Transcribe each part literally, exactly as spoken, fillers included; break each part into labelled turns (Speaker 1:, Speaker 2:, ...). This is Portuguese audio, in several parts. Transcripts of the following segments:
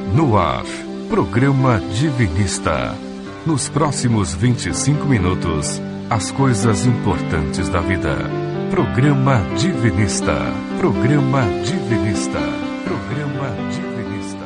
Speaker 1: No ar, programa Divinista. Nos próximos vinte e cinco minutos, as coisas importantes da vida. Programa Divinista. Programa Divinista. Programa Divinista.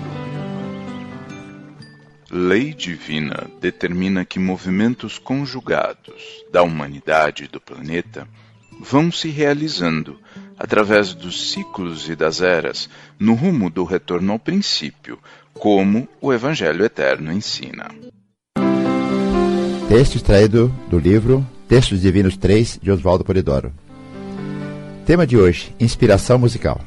Speaker 2: Lei divina determina que movimentos conjugados da humanidade e do planeta vão se realizando através dos ciclos e das eras no rumo do retorno ao princípio, como o Evangelho Eterno ensina.
Speaker 3: Texto extraído do livro Textos Divinos três, de Oswaldo Polidoro. Tema de hoje, inspiração musical.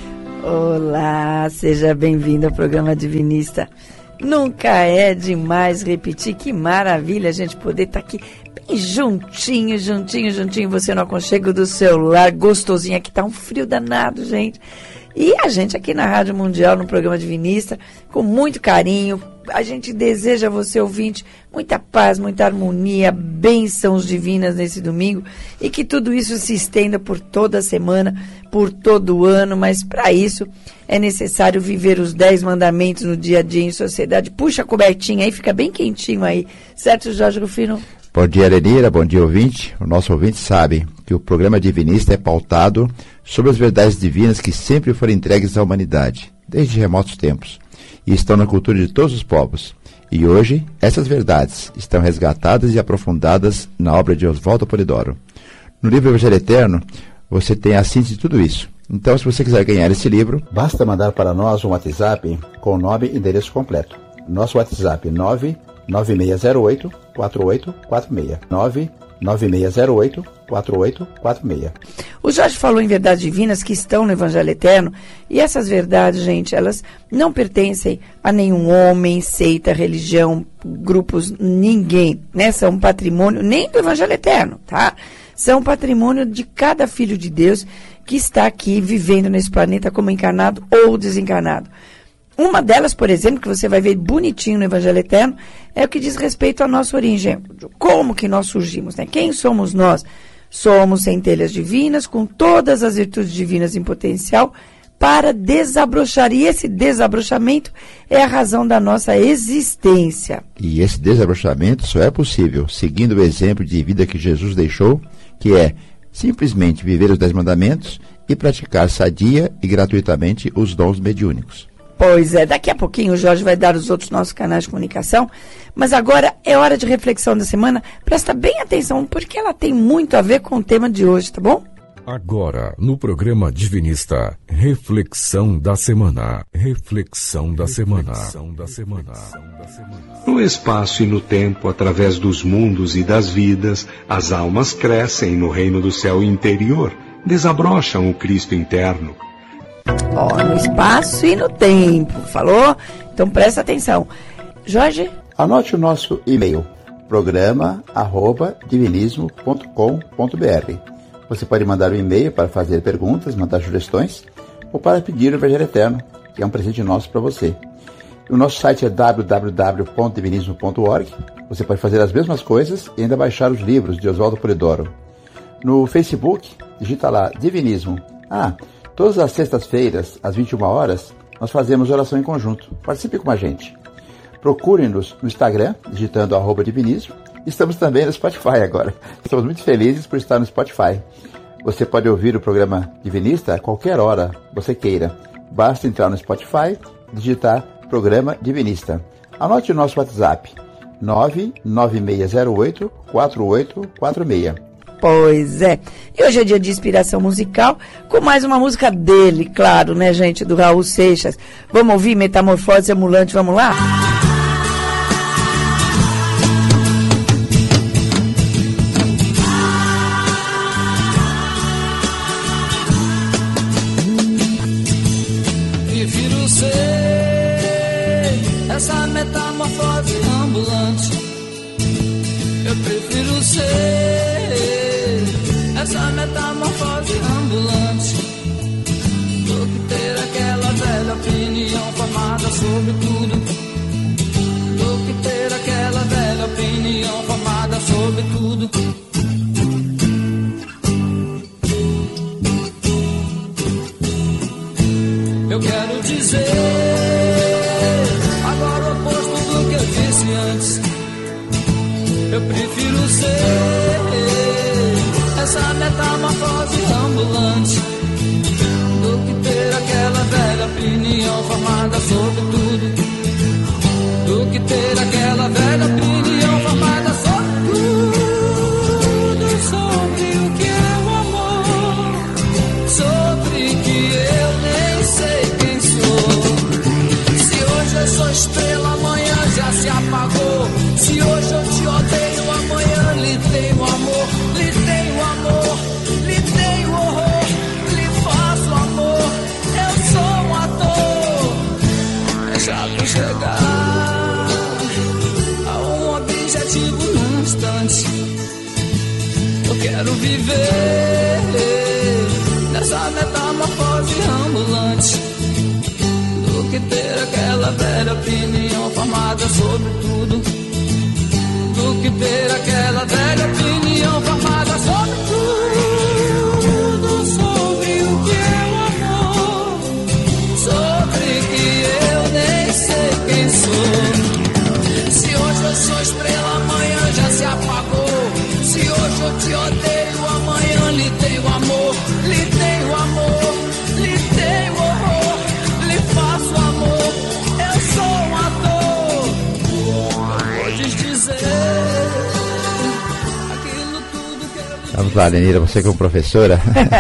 Speaker 4: Olá, seja bem-vindo ao programa Divinista. Nunca é demais repetir, que maravilha a gente poder estar aqui bem juntinho, juntinho, juntinho, você no aconchego do celular, gostosinho, aqui tá um frio danado, gente. E a gente aqui na Rádio Mundial, no programa Divinista, com muito carinho, a gente deseja a você, ouvinte, muita paz, muita harmonia, bênçãos divinas nesse domingo, e que tudo isso se estenda por toda a semana, por todo o ano, mas para isso é necessário viver os dez mandamentos no dia a dia em sociedade. Puxa a cobertinha aí, fica bem quentinho aí, certo, Jorge Rufino?
Speaker 3: Bom dia, Lenira, bom dia, ouvinte. O nosso ouvinte sabe que o programa Divinista é pautado sobre as verdades divinas que sempre foram entregues à humanidade, desde remotos tempos, e estão na cultura de todos os povos. E hoje, essas verdades estão resgatadas e aprofundadas na obra de Oswaldo Polidoro. No livro Evangelho Eterno, você tem a síntese de tudo isso. Então, se você quiser ganhar esse livro, basta mandar para nós um WhatsApp com o nome e endereço completo. Nosso WhatsApp nove nove seis zero oito quatro oito quatro seis. nove nove seis zero oito quatro oito quatro seis.
Speaker 4: O Jorge falou em verdades divinas que estão no Evangelho Eterno, e essas verdades, gente, elas não pertencem a nenhum homem, seita, religião, grupos, ninguém, né? São patrimônio nem do Evangelho Eterno, tá? São patrimônio de cada filho de Deus que está aqui vivendo nesse planeta como encarnado ou desencarnado. Uma delas, por exemplo, que você vai ver bonitinho no Evangelho Eterno, é o que diz respeito à nossa origem. Como que nós surgimos, né? Quem somos nós? Somos centelhas divinas, com todas as virtudes divinas em potencial, para desabrochar. E esse desabrochamento é a razão da nossa existência.
Speaker 3: E esse desabrochamento só é possível seguindo o exemplo de vida que Jesus deixou, que é simplesmente viver os dez mandamentos e praticar sadia e gratuitamente os dons mediúnicos.
Speaker 4: Pois é, daqui a pouquinho o Jorge vai dar os outros nossos canais de comunicação, mas agora é hora de reflexão da semana. Presta bem atenção, porque ela tem muito a ver com o tema de hoje, tá bom?
Speaker 1: Agora, no programa Divinista, reflexão da semana. Reflexão da semana.
Speaker 5: No espaço e no tempo, através dos mundos e das vidas, as almas crescem no reino do céu interior, desabrocham o Cristo interno.
Speaker 4: Ó, no espaço e no tempo, falou? Então presta atenção. Jorge?
Speaker 3: Anote o nosso e-mail, programa arroba divinismo ponto com ponto br. Você pode mandar um e-mail para fazer perguntas, mandar sugestões, ou para pedir o Evangelho Eterno, que é um presente nosso para você. O nosso site é w w w ponto divinismo ponto org. Você pode fazer as mesmas coisas e ainda baixar os livros de Oswaldo Polidoro. No Facebook, digita lá Divinismo. Ah, todas as sextas-feiras, às vinte e uma horas, nós fazemos oração em conjunto. Participe com a gente. Procure-nos no Instagram, digitando arroba divinismo. Estamos também no Spotify agora. Estamos muito felizes por estar no Spotify. Você pode ouvir o programa Divinista a qualquer hora você queira. Basta entrar no Spotify e digitar Programa Divinista. Anote o nosso WhatsApp, nove nove seis zero oito quatro oito quatro seis.
Speaker 4: Pois é. E hoje é dia de inspiração musical, com mais uma música dele, claro, né, gente, do Raul Seixas. Vamos ouvir Metamorfose Ambulante, vamos lá?
Speaker 6: Prefiro ser essa metamorfose ambulante. Eu prefiro ser essa metamorfose ambulante do que ter aquela velha opinião formada sobre tudo, do que ter aquela velha opinião formada sobre tudo. Eu quero dizer Eu prefiro ser essa metamorfose ambulante do que ter aquela velha opinião formada sobre tudo, do que ter aquela velha opinião formada sobre tudo, sobre o que é o amor, sobre que eu nem sei quem sou. Se hoje eu sou estrela, amanhã já se apagou. Se hoje eu te odeio, amanhã lhe tenho amor, lhe tenho amor, lhe tenho horror, lhe faço amor. Eu sou um ator. É chato chegar a um objetivo num instante. Eu quero viver nessa metamorfose ambulante do que ter aquela velha opinião formada sobre tudo, do que ter aquela velha opinião formada sobre tudo, sobre o que é o amor, sobre que eu nem sei quem sou. Se hoje eu sou estrela, amanhã já se apagou. Se hoje eu te odeio, amanhã lhe tenho amor, lhe tenho amor, lhe tenho horror, lhe faço amor. Eu sou um ator. Podes dizer aquilo tudo que eu lhe
Speaker 3: Vamos lá, Lenira, você como professora,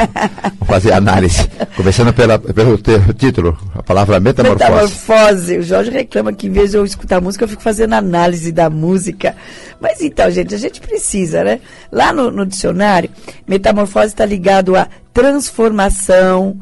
Speaker 3: vou fazer análise. Começando pela, pelo teu título, a palavra metamorfose.
Speaker 4: Metamorfose. O Jorge reclama que em vez de eu escutar música, eu fico fazendo análise da música. Mas então, gente, a gente precisa, né? Lá no, no dicionário, metamorfose está ligado a transformação,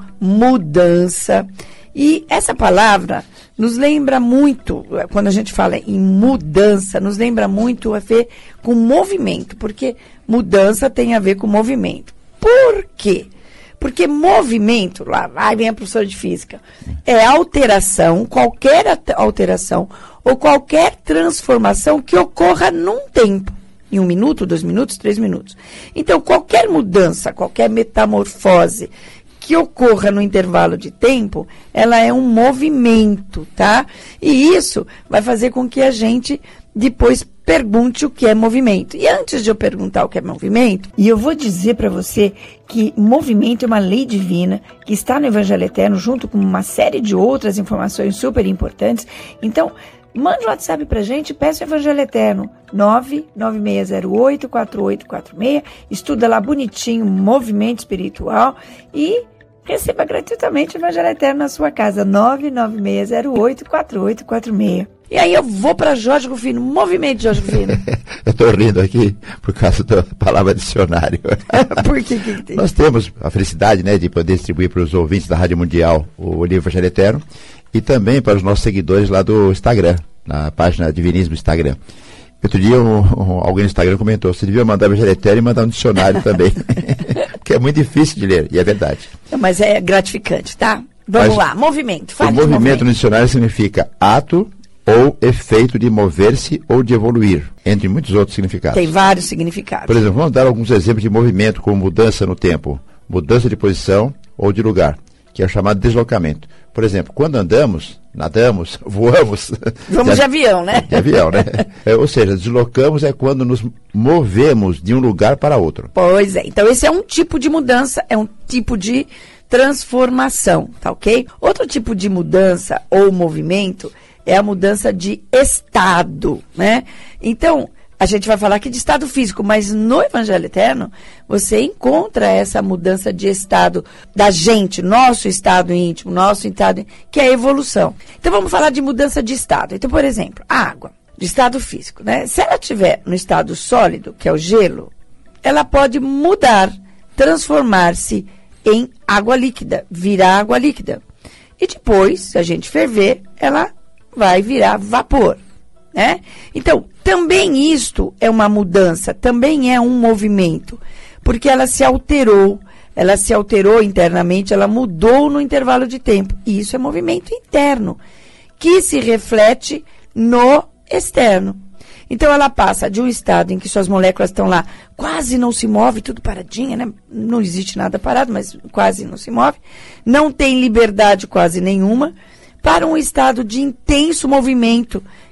Speaker 4: mudança. E essa palavra nos lembra muito, quando a gente fala em mudança, nos lembra muito a ver com movimento, porque mudança tem a ver com movimento. Por quê? Porque movimento, lá vai vem a professora de física, é alteração, qualquer alteração ou qualquer transformação que ocorra num tempo. Em um minuto, dois minutos, três minutos. Então, qualquer mudança, qualquer metamorfose que ocorra no intervalo de tempo, ela é um movimento, tá? E isso vai fazer com que a gente depois pergunte o que é movimento. E antes de eu perguntar o que é movimento, e eu vou dizer para você que movimento é uma lei divina que está no Evangelho Eterno junto com uma série de outras informações super importantes. Então, mande um WhatsApp pra gente, peça o Evangelho Eterno, nove nove seis zero oito, quatro oito quatro seis, estuda lá bonitinho, movimento espiritual e receba gratuitamente o Evangelho Eterno na sua casa, nove nove seis zero oito, quatro oito quatro seis. E aí eu vou para Jorge Rufino, movimento, Jorge Rufino.
Speaker 3: Eu estou rindo aqui por causa da palavra dicionário.
Speaker 4: Por que que tem?
Speaker 3: Nós temos a felicidade, né, de poder distribuir para os ouvintes da Rádio Mundial o livro Evangelho Eterno e também para os nossos seguidores lá do Instagram, na página Divinismo Instagram. Outro dia um, um, alguém no Instagram comentou, você devia mandar o Evangelho Eterno e mandar um dicionário também, que é muito difícil de ler, e é verdade.
Speaker 4: Mas é gratificante, tá? Vamos Mas, lá, movimento. Fale
Speaker 3: o movimento, movimento no dicionário significa ato ou efeito de mover-se ou de evoluir, entre muitos outros significados.
Speaker 4: Tem vários significados.
Speaker 3: Por exemplo, vamos dar alguns exemplos de movimento como mudança no tempo, mudança de posição ou de lugar, que é chamado deslocamento. Por exemplo, quando andamos, nadamos, voamos...
Speaker 4: Vamos de avião, né?
Speaker 3: De avião, né? É, ou seja, deslocamos é quando nos movemos de um lugar para outro.
Speaker 4: Pois é. Então, esse é um tipo de mudança, é um tipo de transformação, tá ok? Outro tipo de mudança ou movimento é a mudança de estado, né? Então, a gente vai falar aqui de estado físico, mas no Evangelho Eterno, você encontra essa mudança de estado da gente, nosso estado íntimo, nosso estado, que é a evolução. Então, vamos falar de mudança de estado. Então, por exemplo, a água, de estado físico, né? Se ela estiver no estado sólido, que é o gelo, ela pode mudar, transformar-se em água líquida, virar água líquida. E depois, se a gente ferver, ela vai virar vapor, né? Então, também isto é uma mudança, também é um movimento, porque ela se alterou, ela se alterou internamente, ela mudou no intervalo de tempo. E isso é movimento interno, que se reflete no externo. Então, ela passa de um estado em que suas moléculas estão lá, quase não se move, tudo paradinha, né? Não existe nada parado, mas quase não se move. Não tem liberdade quase nenhuma, para um estado de intenso movimento,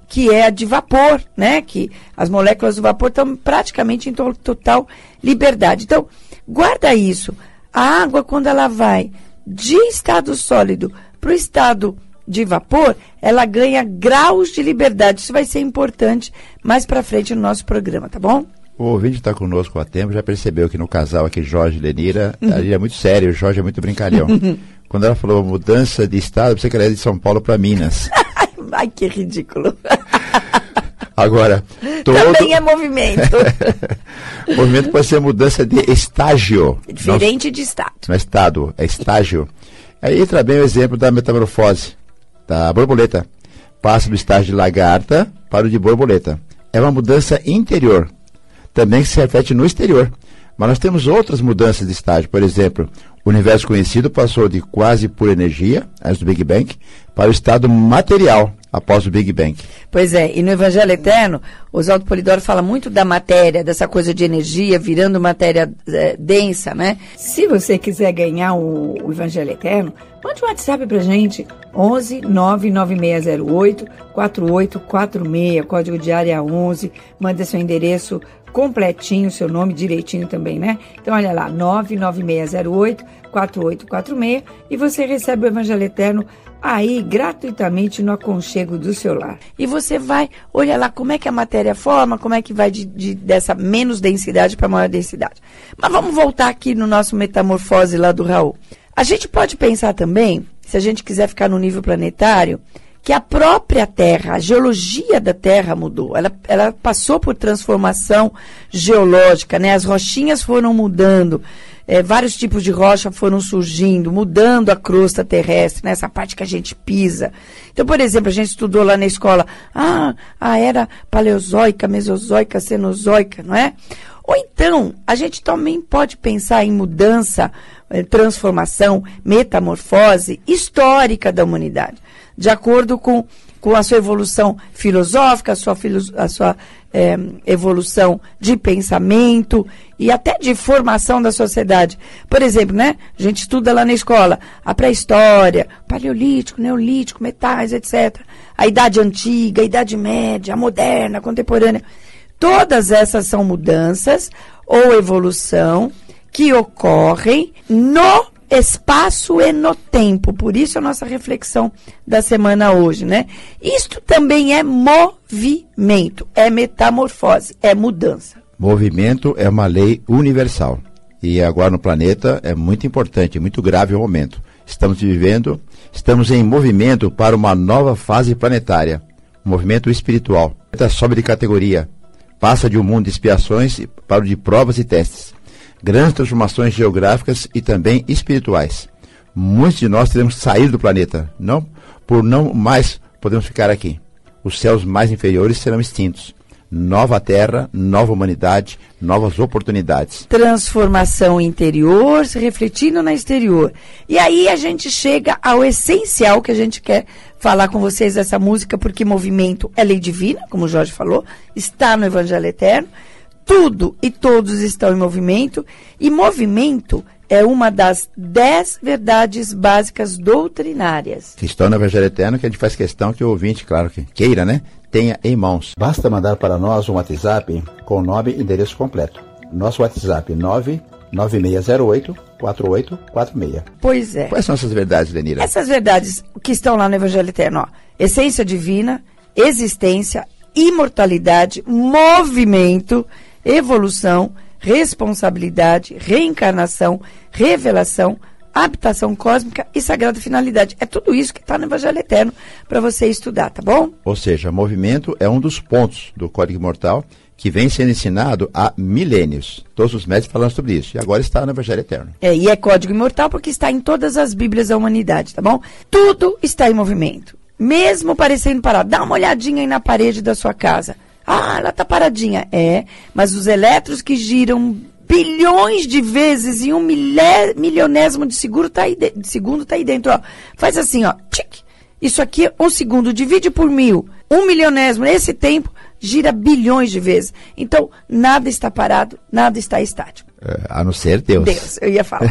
Speaker 4: que é a de vapor, né? Que as moléculas do vapor estão praticamente em to- total liberdade. Então, guarda isso. A água, quando ela vai de estado sólido para o estado de vapor, ela ganha graus de liberdade. Isso vai ser importante mais para frente no nosso programa, tá bom?
Speaker 3: O ouvinte está conosco há tempo, já percebeu que no casal aqui, Jorge e Lenira, uhum. a Lenira é muito sério, o Jorge é muito brincalhão. Quando ela falou mudança de estado, você queria ir de São Paulo para Minas.
Speaker 4: Ai, que ridículo.
Speaker 3: Agora, todo...
Speaker 4: Também é movimento.
Speaker 3: Movimento pode ser mudança de estágio.
Speaker 4: Diferente
Speaker 3: Nosso...
Speaker 4: de estado.
Speaker 3: Não é estado, é estágio. Aí entra bem o exemplo da metamorfose, da borboleta. Passa do estágio de lagarta para o de borboleta. É uma mudança interior, também que se reflete no exterior. Mas nós temos outras mudanças de estágio. Por exemplo, o universo conhecido passou de quase pura energia, antes do Big Bang, para o estado material, após o Big Bang.
Speaker 4: Pois é, e no Evangelho Eterno, Oswaldo Polidoro fala muito da matéria, dessa coisa de energia, virando matéria é, densa, né? Se você quiser ganhar o, o Evangelho Eterno, mande um WhatsApp pra gente, onze nove nove seis zero oito quatro oito quatro seis, código de área onze, manda seu endereço completinho, seu nome direitinho também, né? Então, olha lá, nove nove seis zero oito quatro oito quatro seis e você recebe o Evangelho Eterno aí gratuitamente no aconchego do seu lar. E você vai, olha lá como é que a matéria forma, como é que vai de, de, dessa menos densidade para maior densidade. Mas vamos voltar aqui no nosso metamorfose lá do Raul. A gente pode pensar também, se a gente quiser ficar no nível planetário, que a própria Terra, a geologia da Terra mudou. Ela, ela passou por transformação geológica, né? As rochinhas foram mudando, é, vários tipos de rocha foram surgindo, mudando a crosta terrestre, né? Essa parte que a gente pisa. Então, por exemplo, a gente estudou lá na escola, ah, a era paleozoica, mesozoica, cenozoica, não é? Ou então, a gente também pode pensar em mudança, transformação, metamorfose histórica da humanidade, de acordo com, com a sua evolução filosófica, a sua, filo, a sua é, evolução de pensamento e até de formação da sociedade. Por exemplo, né, a gente estuda lá na escola a pré-história, paleolítico, neolítico, metais, etcétera. A idade antiga, a idade média, a moderna, a contemporânea. Todas essas são mudanças ou evolução que ocorrem no espaço e no tempo. Por isso a nossa reflexão da semana hoje, né? Isto também é movimento, é metamorfose, é mudança.
Speaker 3: Movimento é uma lei universal. E agora no planeta é muito importante, muito grave o momento. Estamos vivendo, estamos em movimento para uma nova fase planetária. Um movimento espiritual. O planeta sobe de categoria. Passa de um mundo de expiações para o de provas e testes. Grandes transformações geográficas e também espirituais. Muitos de nós teremos que sair do planeta, não, por não mais podemos ficar aqui. Os céus mais inferiores serão extintos. Nova terra, nova humanidade, novas oportunidades.
Speaker 4: Transformação interior se refletindo na exterior. E aí a gente chega ao essencial que a gente quer falar com vocês dessa música, porque movimento é lei divina, como o Jorge falou, está no Evangelho Eterno. Tudo e todos estão em movimento, e movimento é uma das dez verdades básicas doutrinárias.
Speaker 3: Que estão no Evangelho Eterno, que a gente faz questão que o ouvinte, claro que queira, né, tenha em mãos. Basta mandar para nós um WhatsApp com nome e endereço completo. Nosso WhatsApp nove nove seis zero oito quatro oito quatro seis.
Speaker 4: Pois é.
Speaker 3: Quais são essas verdades, Lenira?
Speaker 4: Essas verdades que estão lá no Evangelho Eterno, ó, essência divina, existência, imortalidade, movimento, evolução, responsabilidade, reencarnação, revelação, habitação cósmica e sagrada finalidade. É tudo isso que está no Evangelho Eterno para você estudar, tá bom?
Speaker 3: Ou seja, movimento é um dos pontos do Código Imortal que vem sendo ensinado há milênios. Todos os médicos falando sobre isso. E agora está no Evangelho Eterno.
Speaker 4: É, e é Código Imortal porque está em todas as Bíblias da humanidade, tá bom? Tudo está em movimento. Mesmo parecendo parado. Dá uma olhadinha aí na parede da sua casa. Ah, ela está paradinha. É, mas os elétrons que giram bilhões de vezes em um milé, milionésimo de segundo está aí, de, de segundo tá aí dentro. Ó. Faz assim, ó. Tic. Isso aqui, um segundo, divide por mil. Um milionésimo, nesse tempo, gira bilhões de vezes. Então, nada está parado, nada está estático.
Speaker 3: É, a não ser Deus.
Speaker 4: Deus, eu ia falar.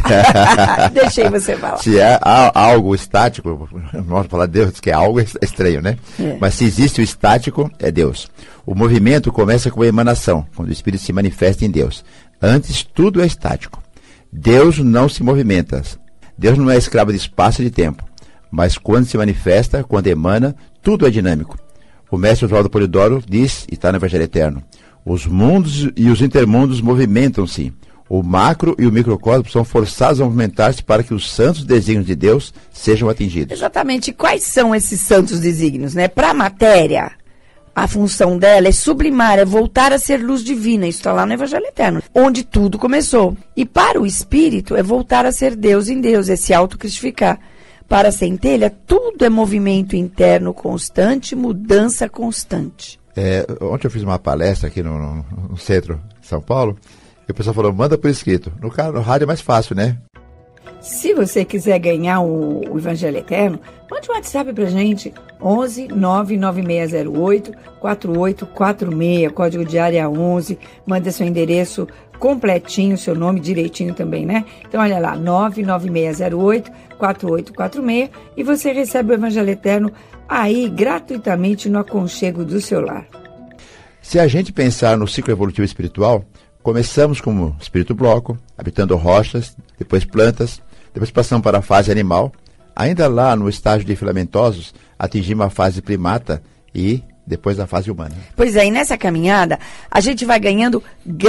Speaker 4: Deixei você falar.
Speaker 3: Se é algo estático, não vamos falar Deus, que é algo estranho, né? É. Mas se existe o estático, é Deus. O movimento começa com a emanação, quando o Espírito se manifesta em Deus. Antes, tudo é estático. Deus não se movimenta. Deus não é escravo de espaço e de tempo. Mas quando se manifesta, quando emana, tudo é dinâmico. O mestre Oswaldo Polidoro diz, e está no Evangelho Eterno, os mundos e os intermundos movimentam-se. O macro e o microcosmo são forçados a movimentar-se para que os santos desígnios de Deus sejam atingidos.
Speaker 4: Exatamente. Quais são esses santos desígnios, né? Para a matéria, a função dela é sublimar, é voltar a ser luz divina. Isso está lá no Evangelho Eterno, onde tudo começou. E para o espírito, é voltar a ser Deus em Deus, é se autocristificar. Para a centelha, tudo é movimento interno constante, mudança constante.
Speaker 3: É, ontem eu fiz uma palestra aqui no, no, no centro de São Paulo, e o pessoal falou, manda por escrito. No, no rádio é mais fácil, né?
Speaker 4: Se você quiser ganhar o, o Evangelho Eterno, mande um WhatsApp pra gente, onze nove nove seis zero oito quatro oito quatro seis, código de área onze, manda seu endereço completinho, seu nome direitinho também, né? Então olha lá, nove nove seis zero oito quatro oito quatro seis, e você recebe o Evangelho Eterno aí gratuitamente no aconchego do seu lar.
Speaker 3: Se a gente pensar no ciclo evolutivo espiritual, começamos como espírito bloco, habitando rochas, depois plantas, depois passamos para a fase animal, ainda lá no estágio de filamentosos, atingimos a fase primata e depois a fase humana.
Speaker 4: Pois é, e nessa caminhada, a gente vai ganhando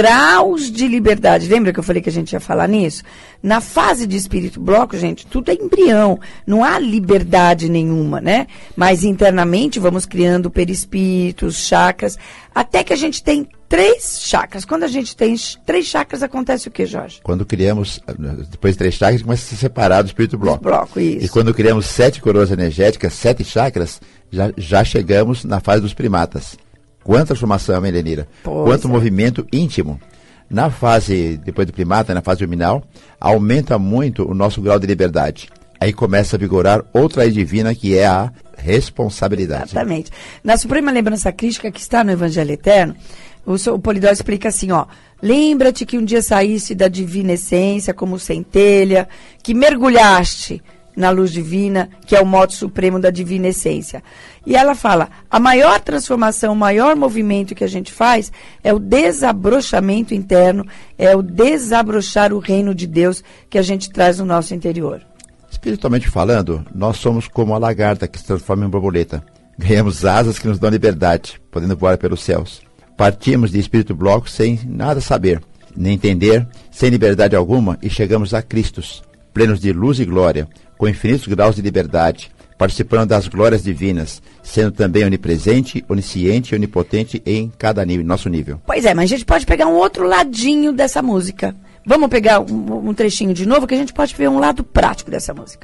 Speaker 4: graus de liberdade. Lembra que eu falei que a gente ia falar nisso? Na fase de espírito bloco, gente, tudo é embrião. Não há liberdade nenhuma, né? Mas internamente vamos criando perispíritos, chakras, até que a gente tem três chakras. Quando a gente tem três chakras, acontece o que, Jorge?
Speaker 3: Quando criamos, depois de três chakras, começa a se separar do espírito bloco.
Speaker 4: bloco isso.
Speaker 3: E quando criamos sete coroas energéticas, sete chakras, já, já chegamos na fase dos primatas. Quanta transformação, hein, Lenira?
Speaker 4: Pois
Speaker 3: Quanto
Speaker 4: é.
Speaker 3: movimento íntimo. Na fase, depois do primata, na fase luminal, aumenta muito o nosso grau de liberdade. Aí começa a vigorar outra lei divina, que é a responsabilidade.
Speaker 4: Exatamente. Na Suprema Lembrança Crística, que está no Evangelho Eterno, o, o Polidoro explica assim, ó, lembra-te que um dia saíste da divina essência como centelha, que mergulhaste na luz divina, que é o modo supremo da divina essência. E ela fala, a maior transformação, o maior movimento que a gente faz é o desabrochamento interno, é o desabrochar o reino de Deus que a gente traz no nosso interior.
Speaker 3: Espiritualmente falando, nós somos como a lagarta que se transforma em borboleta. Ganhamos asas que nos dão liberdade, podendo voar pelos céus. Partimos de espírito bloco sem nada saber, nem entender, sem liberdade alguma, e chegamos a Cristos, plenos de luz e glória, com infinitos graus de liberdade, participando das glórias divinas, sendo também onipresente, onisciente e onipotente em cada nível, nosso nível.
Speaker 4: Pois é, mas a gente pode pegar um outro ladinho dessa música. Vamos pegar um, um trechinho de novo, que a gente pode ver um lado prático dessa música.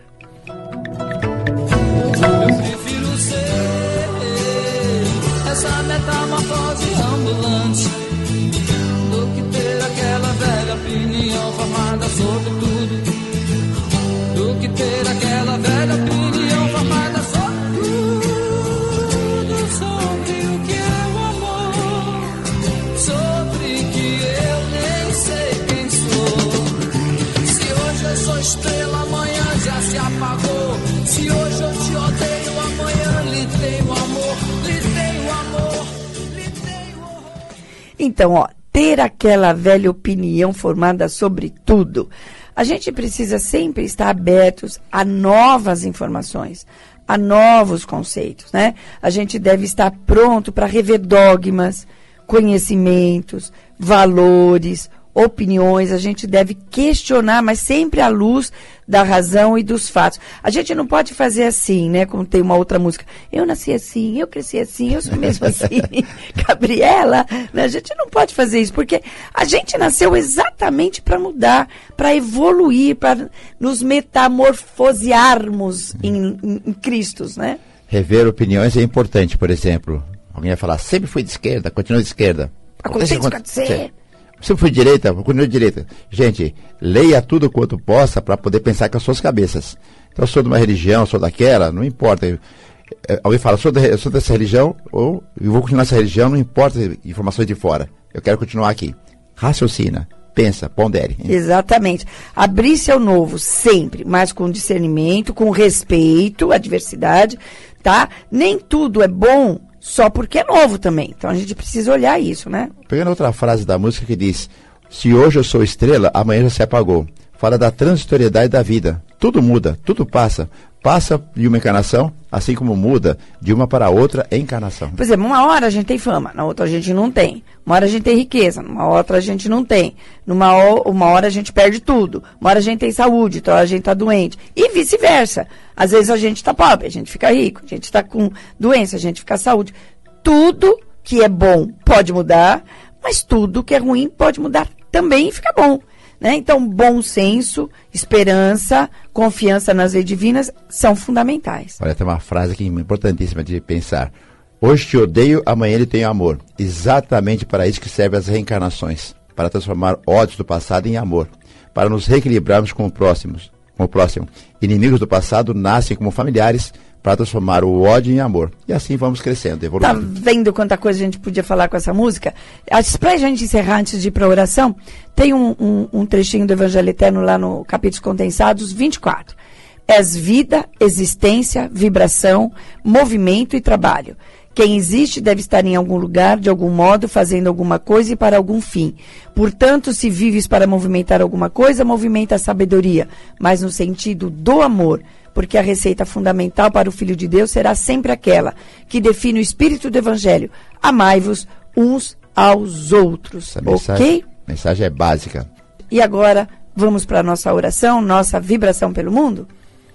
Speaker 6: Eu prefiro ser essa metamorfose ambulante do que ter aquela velha opinião formada sobre tudo, do que ter aquela velha opinião formada sobre tudo, sobre o que é o amor, sobre que eu nem sei quem sou. Se hoje eu sou estrela, amanhã já se apagou. Se hoje eu te odeio, amanhã lhe tenho amor, lhe tenho amor, lhe tenho horror.
Speaker 4: Então, ó, ter aquela velha opinião formada sobre tudo. A gente precisa sempre estar abertos a novas informações, a novos conceitos, né? A gente deve estar pronto para rever dogmas, conhecimentos, valores, opiniões. A gente deve questionar, mas sempre à luz da razão e dos fatos. A gente não pode fazer assim, né? Como tem uma outra música. Eu nasci assim, eu cresci assim, eu sou mesmo assim. Gabriela, né? A gente não pode fazer isso, porque a gente nasceu exatamente para mudar, para evoluir, para nos metamorfosearmos em, em, em Cristos, né?
Speaker 3: Rever opiniões é importante, por exemplo. Alguém vai falar, sempre fui de esquerda, continua de esquerda.
Speaker 4: Acontece o que acontecer.
Speaker 3: Sempre fui de direita, continua de direita. Gente, leia tudo quanto possa para poder pensar com as suas cabeças. Então, eu sou de uma religião, sou daquela, não importa. é, alguém fala, eu sou, de, eu sou dessa religião, ou eu vou continuar nessa religião, não importa informações de fora. Eu quero continuar aqui. Raciocina, pensa, pondere.
Speaker 4: Exatamente. Abrir-se ao novo, sempre, mas com discernimento, com respeito à diversidade, tá? Nem tudo é bom só porque é novo também. Então a gente precisa olhar isso, né?
Speaker 3: Pegando outra frase da música que diz, se hoje eu sou estrela, amanhã já se apagou. Fala da transitoriedade da vida. Tudo muda, tudo passa. Passa de uma encarnação, assim como muda de uma para outra encarnação.
Speaker 4: Por exemplo, uma hora a gente tem fama, na outra a gente não tem. Uma hora a gente tem riqueza, numa outra a gente não tem. Numa uma hora a gente perde tudo. Uma hora a gente tem saúde, outra hora a gente está doente. E vice-versa. Às vezes a gente está pobre, a gente fica rico. A gente está com doença, a gente fica saúde. Tudo que é bom pode mudar, mas tudo que é ruim pode mudar também e fica bom. Né? Então, bom senso, esperança, confiança nas leis divinas são fundamentais.
Speaker 3: Olha, tem uma frase aqui importantíssima de pensar. Hoje te odeio, amanhã ele tem amor. Exatamente para isso que servem as reencarnações. Para transformar ódios do passado em amor. Para nos reequilibrarmos com o próximo. Com o próximo. Inimigos do passado nascem como familiares para transformar o ódio em amor. E assim vamos crescendo, evoluindo.
Speaker 4: Tá vendo quanta coisa a gente podia falar com essa música? Para a gente encerrar, antes de ir para a oração, tem um, um, um trechinho do Evangelho Eterno lá no Capítulos Condensados vinte e quatro. És vida, existência, vibração, movimento e trabalho. Quem existe deve estar em algum lugar, de algum modo, fazendo alguma coisa e para algum fim. Portanto, se vives para movimentar alguma coisa, movimenta a sabedoria, mas no sentido do amor, porque a receita fundamental para o Filho de Deus será sempre aquela que define o espírito do Evangelho. Amai-vos uns aos outros.
Speaker 3: Essa mensagem, ok? A mensagem é básica.
Speaker 4: E agora, vamos para a nossa oração, nossa vibração pelo mundo?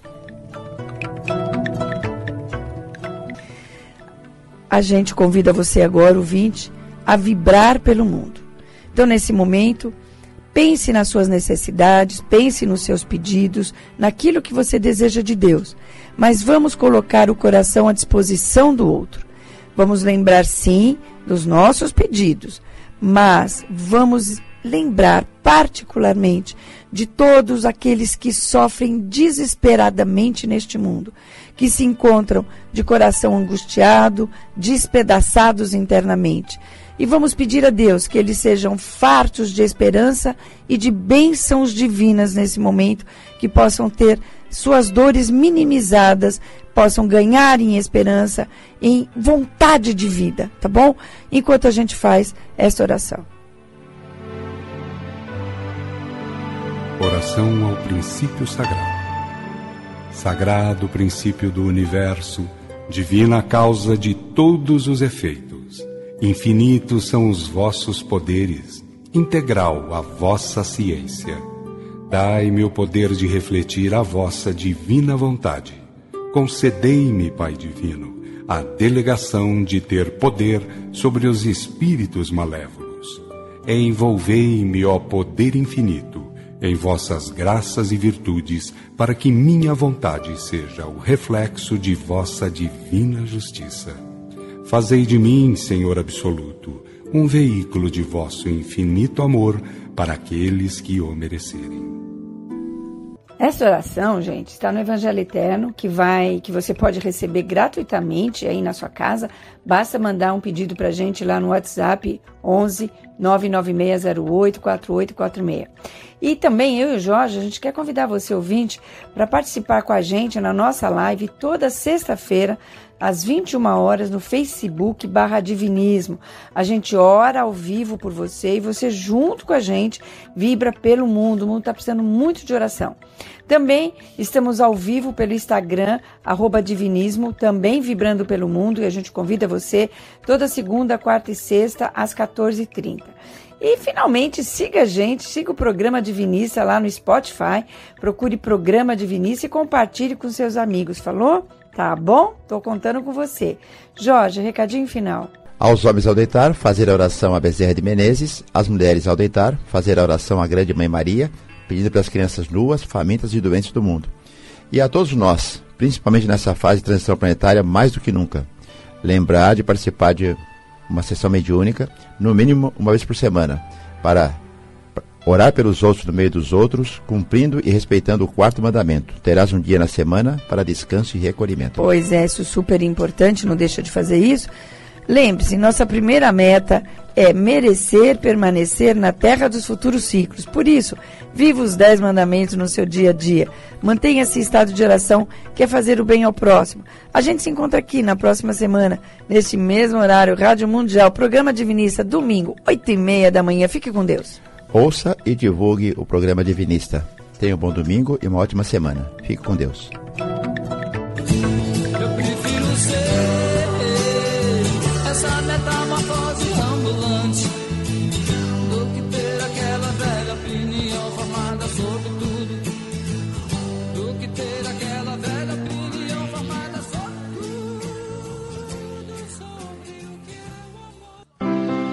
Speaker 4: A gente convida você agora, ouvinte, a vibrar pelo mundo. Então, nesse momento, pense nas suas necessidades, pense nos seus pedidos, naquilo que você deseja de Deus. Mas vamos colocar o coração à disposição do outro. Vamos lembrar, sim, dos nossos pedidos, mas vamos lembrar particularmente de todos aqueles que sofrem desesperadamente neste mundo, que se encontram de coração angustiado, despedaçados internamente. E vamos pedir a Deus que eles sejam fartos de esperança e de bênçãos divinas nesse momento, que possam ter suas dores minimizadas, possam ganhar em esperança, em vontade de vida, tá bom? Enquanto a gente faz essa oração.
Speaker 5: Oração ao princípio sagrado. Sagrado princípio do universo, divina causa de todos os efeitos. Infinitos são os vossos poderes, integral a vossa ciência. Dai-me o poder de refletir a vossa divina vontade. Concedei-me, Pai Divino, a delegação de ter poder sobre os espíritos malévolos. Envolvei-me, ó poder infinito, em vossas graças e virtudes, para que minha vontade seja o reflexo de vossa divina justiça. Fazei de mim, Senhor absoluto, um veículo de vosso infinito amor para aqueles que o merecerem.
Speaker 4: Essa oração, gente, está no Evangelho Eterno, que vai, que você pode receber gratuitamente aí na sua casa. Basta mandar um pedido para a gente lá no WhatsApp onze nove nove seis zero oito quatro oito quatro seis. E também eu e o Jorge, a gente quer convidar você, ouvinte, para participar com a gente na nossa live toda sexta-feira, às vinte e uma horas, no Facebook barra Divinismo. A gente ora ao vivo por você e você, junto com a gente, vibra pelo mundo. O mundo está precisando muito de oração. Também estamos ao vivo pelo Instagram, arroba Divinismo, também vibrando pelo mundo, e a gente convida você toda segunda, quarta e sexta, às quatorze e trinta. E, finalmente, siga a gente, siga o Programa Divinista lá no Spotify, procure Programa Divinista e compartilhe com seus amigos, falou? Tá bom? Tô contando com você. Jorge, recadinho final.
Speaker 3: Aos homens ao deitar, fazer a oração a Bezerra de Menezes. Às mulheres ao deitar, fazer a oração à Grande Mãe Maria, pedindo pelas crianças nuas, famintas e doentes do mundo. E a todos nós, principalmente nessa fase de transição planetária, mais do que nunca, lembrar de participar de uma sessão mediúnica, no mínimo uma vez por semana, para Orar pelos outros no meio dos outros, cumprindo e respeitando o quarto mandamento. Terás um dia na semana para descanso e recolhimento.
Speaker 4: Pois é, isso é super importante, não deixa de fazer isso. Lembre-se, nossa primeira meta é merecer permanecer na terra dos futuros ciclos. Por isso, viva os dez mandamentos no seu dia a dia. Mantenha esse estado de oração, que é fazer o bem ao próximo. A gente se encontra aqui na próxima semana, neste mesmo horário, Rádio Mundial, programa Divinista, domingo, oito e meia da manhã. Fique com Deus.
Speaker 3: Ouça e divulgue o programa Divinista. Tenha um bom domingo e uma ótima semana. Fique com Deus.
Speaker 6: Eu prefiro ser essa metamorfose ambulante do que ter aquela velha opinião formada sobre tudo. Do que ter aquela velha opinião formada sobre tudo. Sobre o que é o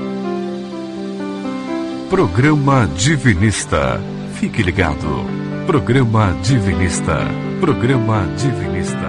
Speaker 6: amor.
Speaker 1: Programa Divinista. Fique ligado. Programa Divinista. Programa Divinista.